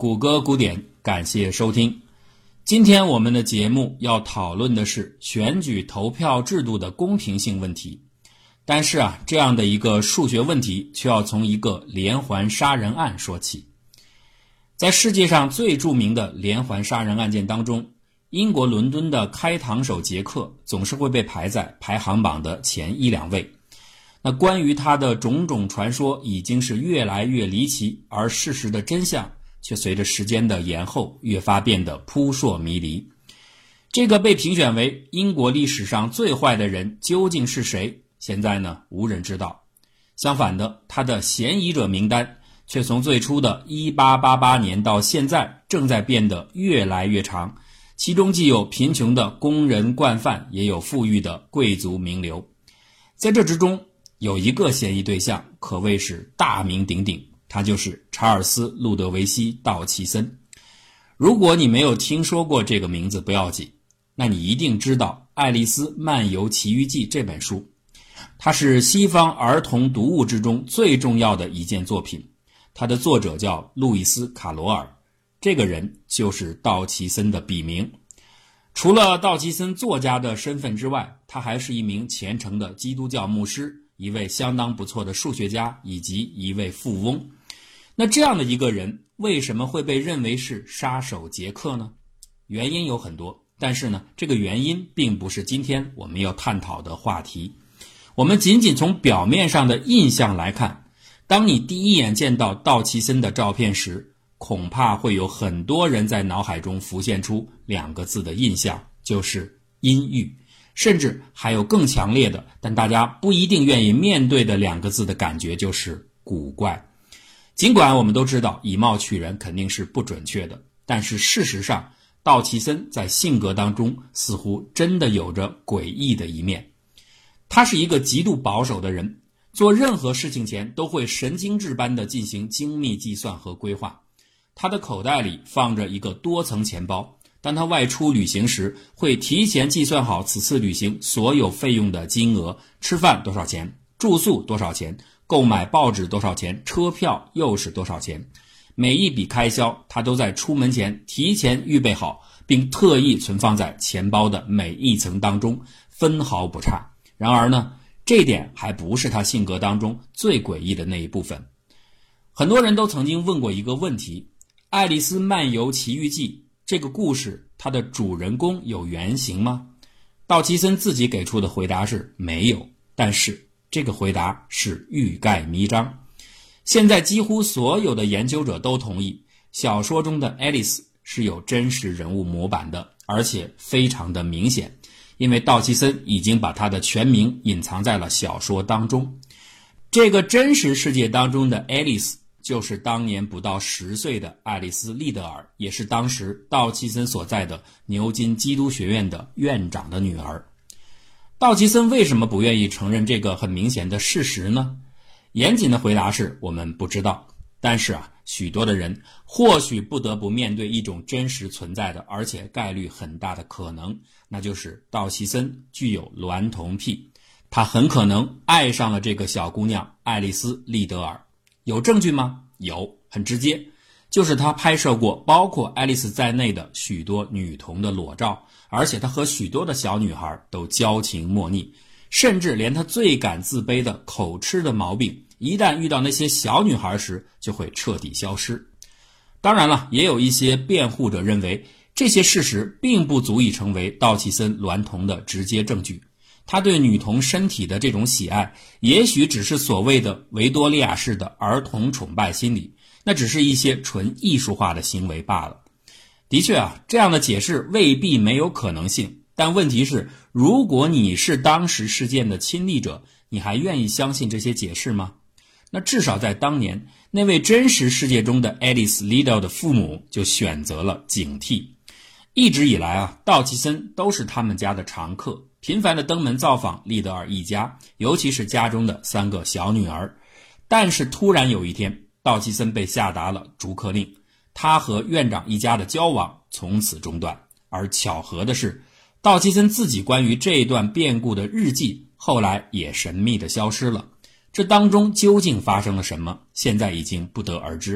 谷歌古典，感谢收听。今天我们的节目要讨论的是选举投票制度的公平性问题。但是这样的一个数学问题却要从一个连环杀人案说起。在世界上最著名的连环杀人案件当中，英国伦敦的开膛手杰克总是会被排在排行榜的前一两位。那关于他的种种传说已经是越来越离奇，而事实的真相却随着时间的延后越发变得扑朔迷离。这个被评选为英国历史上最坏的人究竟是谁？现在呢，无人知道。相反的，他的嫌疑者名单却从最初的1888年到现在正在变得越来越长，其中既有贫穷的工人惯犯，也有富裕的贵族名流。在这之中，有一个嫌疑对象可谓是大名鼎鼎，他就是查尔斯·路德维希·道奇森。如果你没有听说过这个名字不要紧，那你一定知道《爱丽丝漫游奇遇记》这本书，它是西方儿童读物之中最重要的一件作品。它的作者叫路易斯·卡罗尔，这个人就是道奇森的笔名。除了道奇森作家的身份之外，他还是一名虔诚的基督教牧师，一位相当不错的数学家，以及一位富翁。那这样的一个人为什么会被认为是杀手杰克呢？原因有很多，但是呢，这个原因并不是今天我们要探讨的话题。我们仅仅从表面上的印象来看，当你第一眼见到道奇森的照片时，恐怕会有很多人在脑海中浮现出两个字的印象，就是阴郁。甚至还有更强烈的，但大家不一定愿意面对的两个字的感觉，就是古怪。尽管我们都知道以貌取人肯定是不准确的，但是事实上，道奇森在性格当中似乎真的有着诡异的一面。他是一个极度保守的人，做任何事情前都会神经质般的进行精密计算和规划。他的口袋里放着一个多层钱包，当他外出旅行时，会提前计算好此次旅行所有费用的金额，吃饭多少钱，住宿多少钱，购买报纸多少钱，车票又是多少钱。每一笔开销他都在出门前提前预备好，并特意存放在钱包的每一层当中，分毫不差。然而呢，这点还不是他性格当中最诡异的那一部分。很多人都曾经问过一个问题，《爱丽丝漫游奇遇记》这个故事，它的主人公有原型吗？道奇森自己给出的回答是没有，但是这个回答是欲盖弥彰。现在几乎所有的研究者都同意，小说中的爱丽丝是有真实人物模板的，而且非常的明显，因为道奇森已经把她的全名隐藏在了小说当中。这个真实世界当中的爱丽丝就是当年不到10岁的爱丽丝·利德尔，也是当时道奇森所在的牛津基督学院的院长的女儿。道奇森为什么不愿意承认这个很明显的事实呢？严谨的回答是我们不知道。但是许多的人或许不得不面对一种真实存在的，而且概率很大的可能，那就是道奇森具有娈童癖，他很可能爱上了这个小姑娘爱丽丝·利德尔。有证据吗？有，很直接，就是他拍摄过包括爱丽丝在内的许多女童的裸照，而且他和许多的小女孩都交情莫逆，甚至连他最感自卑的口吃的毛病，一旦遇到那些小女孩时就会彻底消失。当然了，也有一些辩护者认为这些事实并不足以成为道奇森娈童的直接证据，他对女童身体的这种喜爱也许只是所谓的维多利亚式的儿童崇拜心理，那只是一些纯艺术化的行为罢了。的确这样的解释未必没有可能性，但问题是，如果你是当时事件的亲历者，你还愿意相信这些解释吗？那至少在当年，那位真实世界中的 Alice Liddell 的父母就选择了警惕。一直以来道奇森都是他们家的常客，频繁地登门造访利德尔一家，尤其是家中的3个小女儿。但是突然有一天，道奇森被下达了逐客令，他和院长一家的交往从此中断。而巧合的是，道奇森自己关于这段变故的日记后来也神秘地消失了。这当中究竟发生了什么，现在已经不得而知。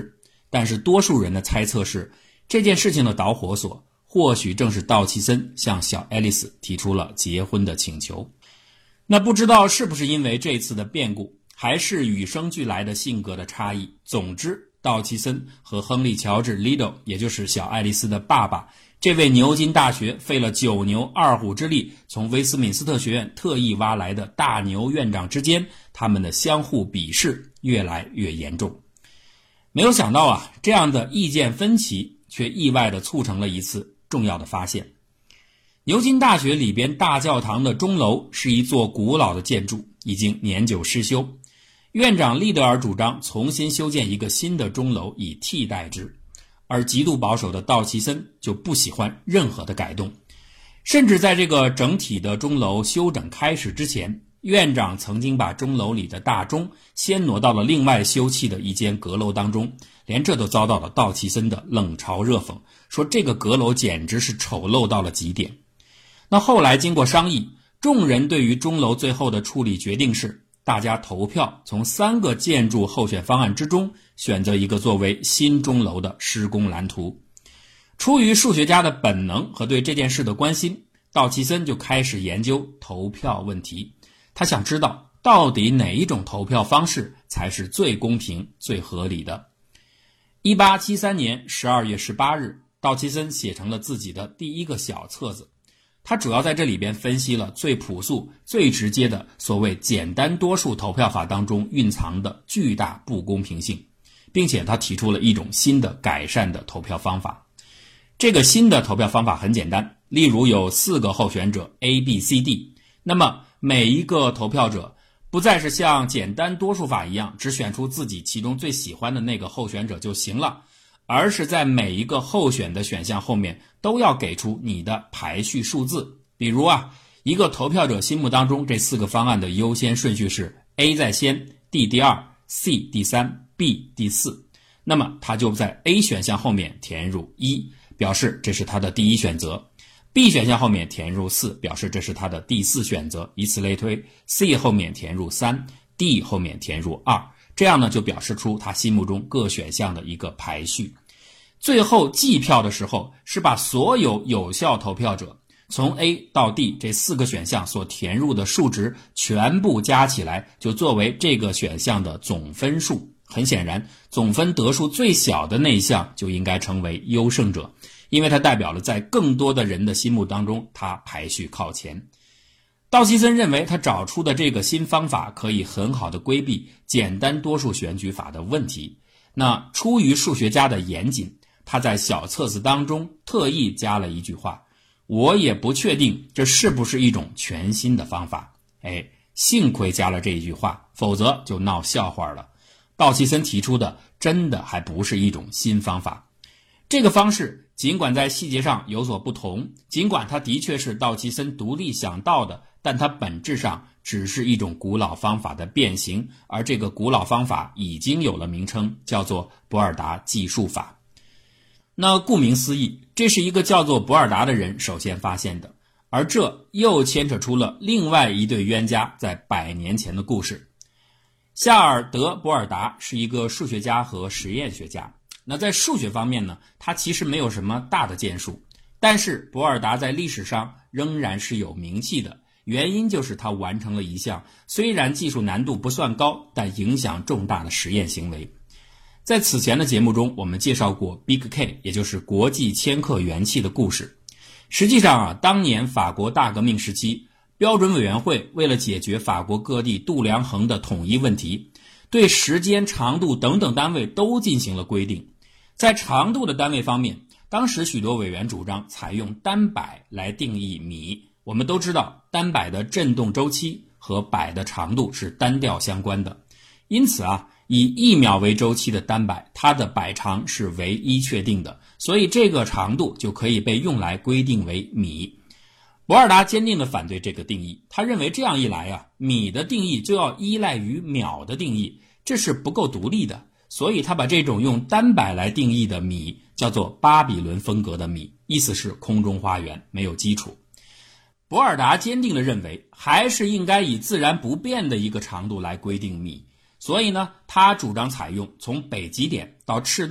但是多数人的猜测是，这件事情的导火索或许正是道奇森向小爱丽丝提出了结婚的请求。那不知道是不是因为这次的变故，还是与生俱来的性格的差异，总之道奇森和亨利·乔治·利斗，也就是小爱丽丝的爸爸，这位牛津大学费了9牛2虎之力从威斯敏斯特学院特意挖来的大牛院长之间，他们的相互鄙视越来越严重。没有想到啊，这样的意见分歧却意外地促成了一次重要的发现。牛津大学里边大教堂的钟楼是一座古老的建筑，已经年久失修。院长利德尔主张重新修建一个新的钟楼以替代之，而极度保守的道奇森就不喜欢任何的改动。甚至在这个整体的钟楼修整开始之前，院长曾经把钟楼里的大钟先挪到了另外修葺的一间阁楼当中，连这都遭到了道奇森的冷嘲热讽，说这个阁楼简直是丑陋到了极点。那后来经过商议，众人对于钟楼最后的处理决定是，大家投票从3个建筑候选方案之中选择一个作为新钟楼的施工蓝图。出于数学家的本能和对这件事的关心，道奇森就开始研究投票问题。他想知道到底哪一种投票方式才是最公平最合理的。1873年12月18日，道奇森写成了自己的第一个小册子。他主要在这里边分析了最朴素最直接的所谓简单多数投票法当中蕴藏的巨大不公平性，并且他提出了一种新的改善的投票方法。这个新的投票方法很简单，例如有4个候选者 A、B、C、D， 那么每一个投票者不再是像简单多数法一样只选出自己其中最喜欢的那个候选者就行了，而是在每一个候选的选项后面都要给出你的排序数字。比如啊，一个投票者心目当中这4个方案的优先顺序是 A 在先， D 第2， C 第3， B 第4，那么他就在 A 选项后面填入1，表示这是他的第一选择， B 选项后面填入4，表示这是他的第4选择，以此类推， C 后面填入3， D 后面填入2，这样呢就表示出他心目中各选项的一个排序。最后计票的时候是把所有有效投票者从 A 到 D 这4个选项所填入的数值全部加起来，就作为这个选项的总分数。很显然，总分得数最小的那一项就应该成为优胜者，因为它代表了在更多的人的心目当中它排序靠前。道奇森认为他找出的这个新方法可以很好的规避简单多数选举法的问题。那出于数学家的严谨，他在小册子当中特意加了一句话，我也不确定这是不是一种全新的方法。幸亏加了这一句话，否则就闹笑话了。道奇森提出的真的还不是一种新方法。这个方式尽管在细节上有所不同，尽管它的确是道奇森独立想到的，但它本质上只是一种古老方法的变形，而这个古老方法已经有了名称，叫做博尔达计数法。那顾名思义，这是一个叫做博尔达的人首先发现的，而这又牵扯出了另外一对冤家在100年前的故事。夏尔德·博尔达是一个数学家和实验学家。那在数学方面呢，他其实没有什么大的建树，但是博尔达在历史上仍然是有名气的，原因就是他完成了一项虽然技术难度不算高，但影响重大的实验行为。在此前的节目中，我们介绍过 Big K， 也就是国际千克元气的故事。实际上当年法国大革命时期，标准委员会为了解决法国各地度量衡的统一问题，对时间、长度等等单位都进行了规定。在长度的单位方面，当时许多委员主张采用单摆来定义米。我们都知道单摆的振动周期和摆的长度是单调相关的，因此以1秒为周期的单摆，它的摆长是唯一确定的，所以这个长度就可以被用来规定为米。博尔达坚定地反对这个定义，他认为这样一来米的定义就要依赖于秒的定义，这是不够独立的，所以他把这种用单摆来定义的米叫做巴比伦风格的米，意思是空中花园，没有基础。博尔达坚定地认为还是应该以自然不变的一个长度来规定米，所以呢，他主张采用从北极点到赤道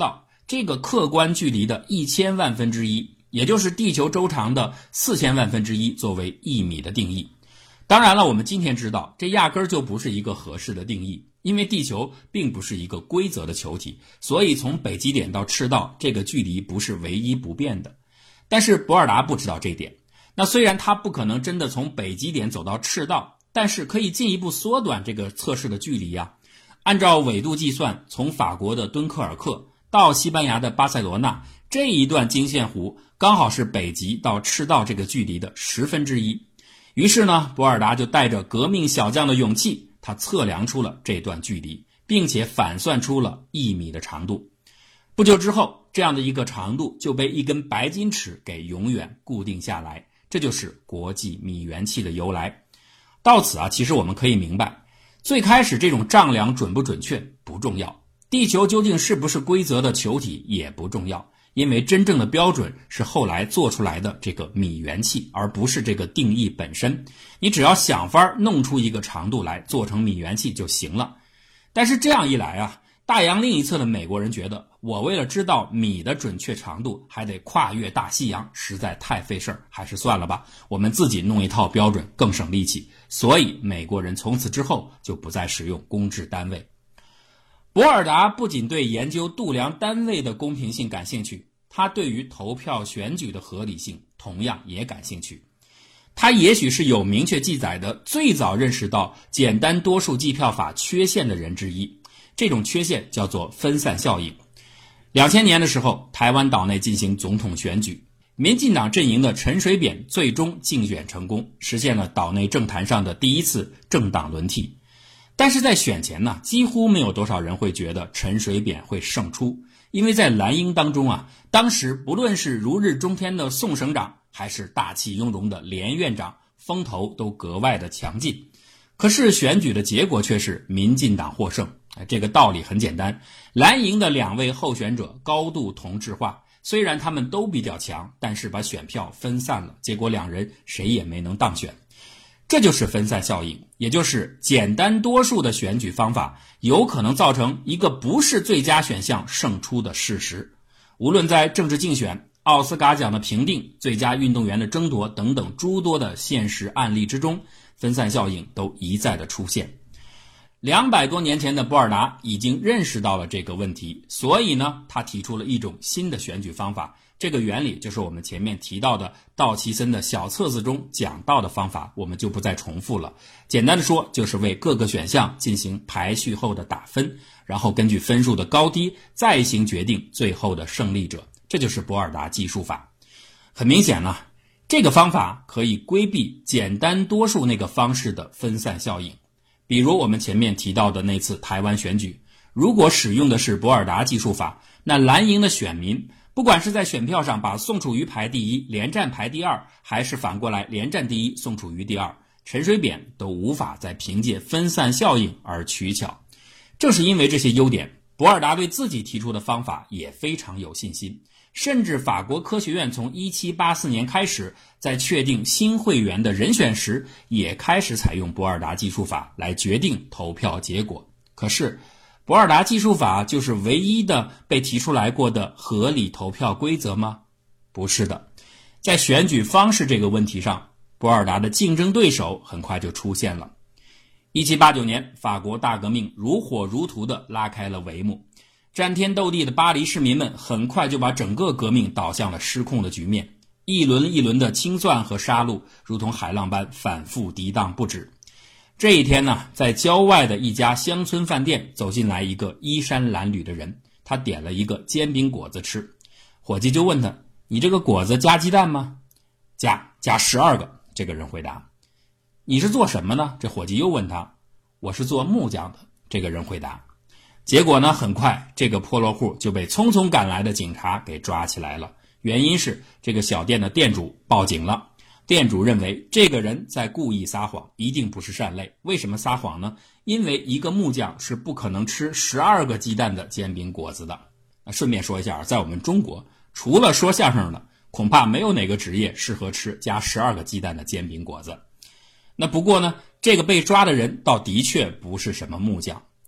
这个客观距离的1000万分之一，也就是地球周长的4000万分之一作为1米的定义。当然了，我们今天知道这压根儿就不是一个合适的定义，因为地球并不是一个规则的球体，所以从北极点到赤道这个距离不是唯一不变的。但是博尔达不知道这一点，那虽然他不可能真的从北极点走到赤道，但是可以进一步缩短这个测试的距离啊。按照纬度计算，从法国的敦刻尔克到西班牙的巴塞罗那，这一段经线弧刚好是北极到赤道这个距离的1/10。于是呢，博尔达就带着革命小将的勇气，他测量出了这段距离，并且反算出了1米的长度。不久之后，这样的一个长度就被一根白金尺给永远固定下来，这就是国际米原器的由来。到此啊，其实我们可以明白，最开始这种丈量准不准确不重要，地球究竟是不是规则的球体也不重要，因为真正的标准是后来做出来的这个米原器，而不是这个定义本身。你只要想法弄出一个长度来做成米原器就行了。但是这样一来啊，大洋另一侧的美国人觉得，我为了知道米的准确长度还得跨越大西洋，实在太费事儿，还是算了吧，我们自己弄一套标准更省力气。所以美国人从此之后就不再使用公制单位。博尔达不仅对研究度量单位的公平性感兴趣，他对于投票选举的合理性同样也感兴趣。他也许是有明确记载的最早认识到简单多数计票法缺陷的人之一，这种缺陷叫做分散效应。2000年的时候，台湾岛内进行总统选举，民进党阵营的陈水扁最终竞选成功，实现了岛内政坛上的第一次政党轮替。但是在选前呢，几乎没有多少人会觉得陈水扁会胜出，因为在蓝营当中啊，当时不论是如日中天的宋省长，还是大气雍容的连院长，风头都格外的强劲。可是选举的结果却是民进党获胜。这个道理很简单，蓝营的2位候选者高度同质化，虽然他们都比较强，但是把选票分散了，结果2人谁也没能当选。这就是分散效应，也就是简单多数的选举方法有可能造成一个不是最佳选项胜出的事实。无论在政治竞选、奥斯卡奖的评定、最佳运动员的争夺等等诸多的现实案例之中，分散效应都一再的出现。200多年前的博尔达已经认识到了这个问题，所以呢，他提出了一种新的选举方法。这个原理就是我们前面提到的道奇森的小册子中讲到的方法，我们就不再重复了。简单的说，就是为各个选项进行排序后的打分，然后根据分数的高低再行决定最后的胜利者，这就是博尔达计数法。很明显呢，这个方法可以规避简单多数那个方式的分散效应。比如我们前面提到的那次台湾选举，如果使用的是博尔达计数法，那蓝营的选民不管是在选票上把宋楚瑜排第一，连战排第二，还是反过来连战第一，宋楚瑜第二，陈水扁都无法再凭借分散效应而取巧。正是因为这些优点，博尔达对自己提出的方法也非常有信心，甚至法国科学院从1784年开始，在确定新会员的人选时，也开始采用博尔达计数法来决定投票结果。可是博尔达计数法就是唯一的被提出来过的合理投票规则吗？不是的。在选举方式这个问题上，博尔达的竞争对手很快就出现了。1789年，法国大革命如火如荼地拉开了帷幕，战天斗地的巴黎市民们很快就把整个革命导向了失控的局面，一轮一轮的清算和杀戮如同海浪般反复涤荡不止。这一天呢，在郊外的一家乡村饭店走进来一个衣衫褴褛的人，他点了一个煎饼果子吃。伙计就问他，你这个果子加鸡蛋吗？加12个，这个人回答。你是做什么呢？这伙计又问他。我是做木匠的，这个人回答。结果呢，很快这个破落户就被匆匆赶来的警察给抓起来了，原因是这个小店的店主报警了。店主认为这个人在故意撒谎，一定不是善类。为什么撒谎呢？因为一个木匠是不可能吃12个鸡蛋的煎饼果子的。顺便说一下，在我们中国，除了说相声的，恐怕没有哪个职业适合吃加12个鸡蛋的煎饼果子。那不过呢，这个被抓的人倒的确不是什么木匠。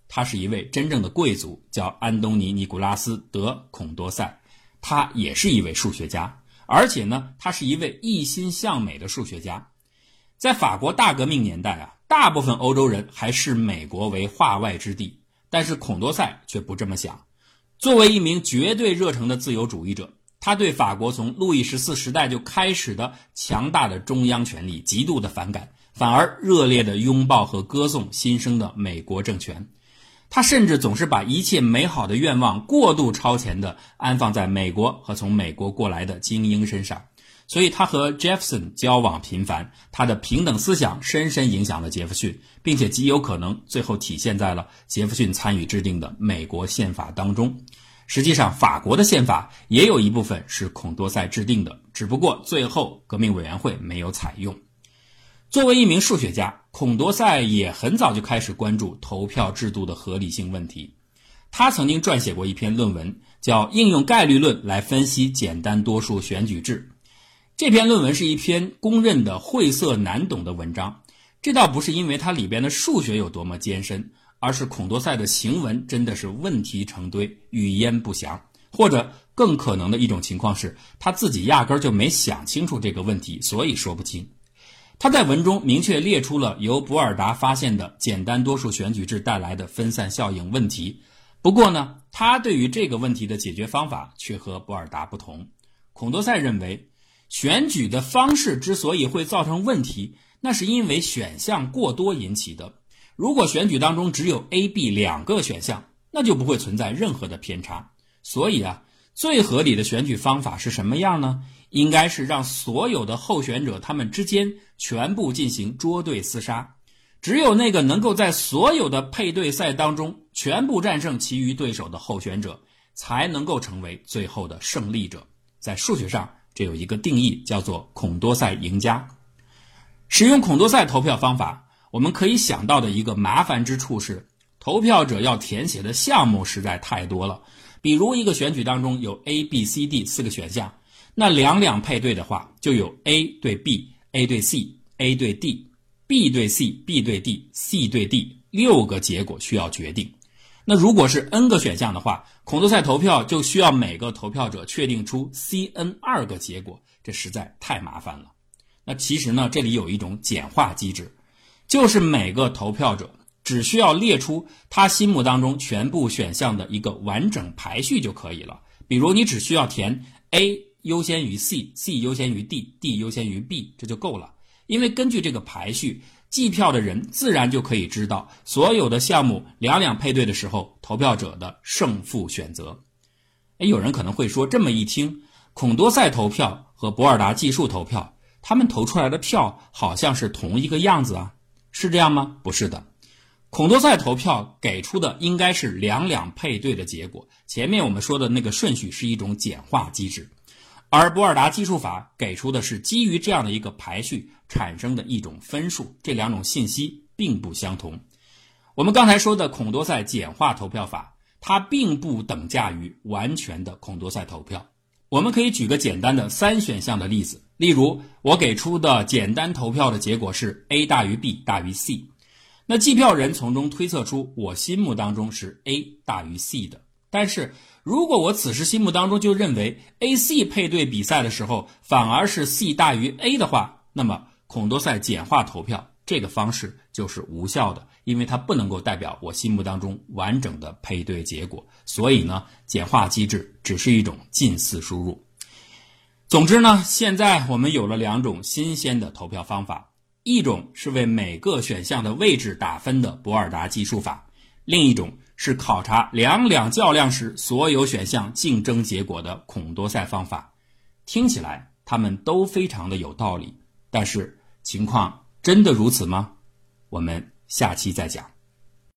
他是一位真正的贵族，叫安东尼·尼古拉斯·德·孔多塞，他也是一位数学家，而且呢，他是一位一心向美的数学家。在法国大革命年代啊，大部分欧洲人还视美国为化外之地，但是孔多塞却不这么想。作为一名绝对热诚的自由主义者，他对法国从路易14时代就开始的强大的中央权力极度的反感，反而热烈地拥抱和歌颂新生的美国政权。他甚至总是把一切美好的愿望过度超前地安放在美国和从美国过来的精英身上，所以他和杰弗逊交往频繁，他的平等思想深深影响了杰弗逊，并且极有可能最后体现在了杰弗逊参与制定的美国宪法当中。实际上，法国的宪法也有一部分是孔多塞制定的，只不过最后革命委员会没有采用。作为一名数学家，孔多塞也很早就开始关注投票制度的合理性问题。他曾经撰写过一篇论文，叫《应用概率论来分析简单多数选举制》。这篇论文是一篇公认的晦涩难懂的文章，这倒不是因为它里边的数学有多么艰深，而是孔多塞的行文真的是问题成堆，语焉不详，或者更可能的一种情况是他自己压根就没想清楚这个问题，所以说不清。他在文中明确列出了由博尔达发现的简单多数选举制带来的分散效应问题，不过呢，他对于这个问题的解决方法却和博尔达不同。孔多塞认为，选举的方式之所以会造成问题，那是因为选项过多引起的。如果选举当中只有 A、B 两个选项，那就不会存在任何的偏差。所以啊，最合理的选举方法是什么样呢？应该是让所有的候选者他们之间全部进行捉对厮杀，只有那个能够在所有的配对赛当中全部战胜其余对手的候选者，才能够成为最后的胜利者。在数学上，这有一个定义，叫做孔多塞赢家。使用孔多塞投票方法，我们可以想到的一个麻烦之处是，投票者要填写的项目实在太多了。比如一个选举当中有 A、B、C、D 4个选项，那两配对的话，就有 A 对 B、A 对 C、A 对 D、B 对 C、B 对 D、C 对 D 6个结果需要决定。那如果是 N 个选项的话，孔多塞投票就需要每个投票者确定出 CN2 个结果，这实在太麻烦了。那其实呢，这里有一种简化机制，就是每个投票者只需要列出他心目当中全部选项的一个完整排序就可以了。比如你只需要填 A 优先于 C、C 优先于 D、D 优先于 B， 这就够了。因为根据这个排序，计票的人自然就可以知道所有的项目两配对的时候投票者的胜负选择。有人可能会说，这么一听，孔多塞投票和博尔达计数投票，他们投出来的票好像是同一个样子啊，是这样吗？不是的。孔多塞投票给出的应该是两配对的结果，前面我们说的那个顺序是一种简化机制，而博尔达计数法给出的是基于这样的一个排序产生的一种分数，这两种信息并不相同。我们刚才说的孔多塞简化投票法，它并不等价于完全的孔多塞投票。我们可以举个简单的3选项的例子，例如我给出的简单投票的结果是 A 大于 B 大于 C， 那计票人从中推测出我心目当中是 A 大于 C 的。但是如果我此时心目当中就认为 AC 配对比赛的时候反而是 C 大于 A 的话，那么孔多塞简化投票这个方式就是无效的，因为它不能够代表我心目当中完整的配对结果，所以呢，简化机制只是一种近似输入。总之呢，现在我们有了2种新鲜的投票方法，一种是为每个选项的位置打分的博尔达计数法，另一种是考察两较量时所有选项竞争结果的孔多塞方法。听起来他们都非常的有道理，但是情况真的如此吗？我们下期再讲。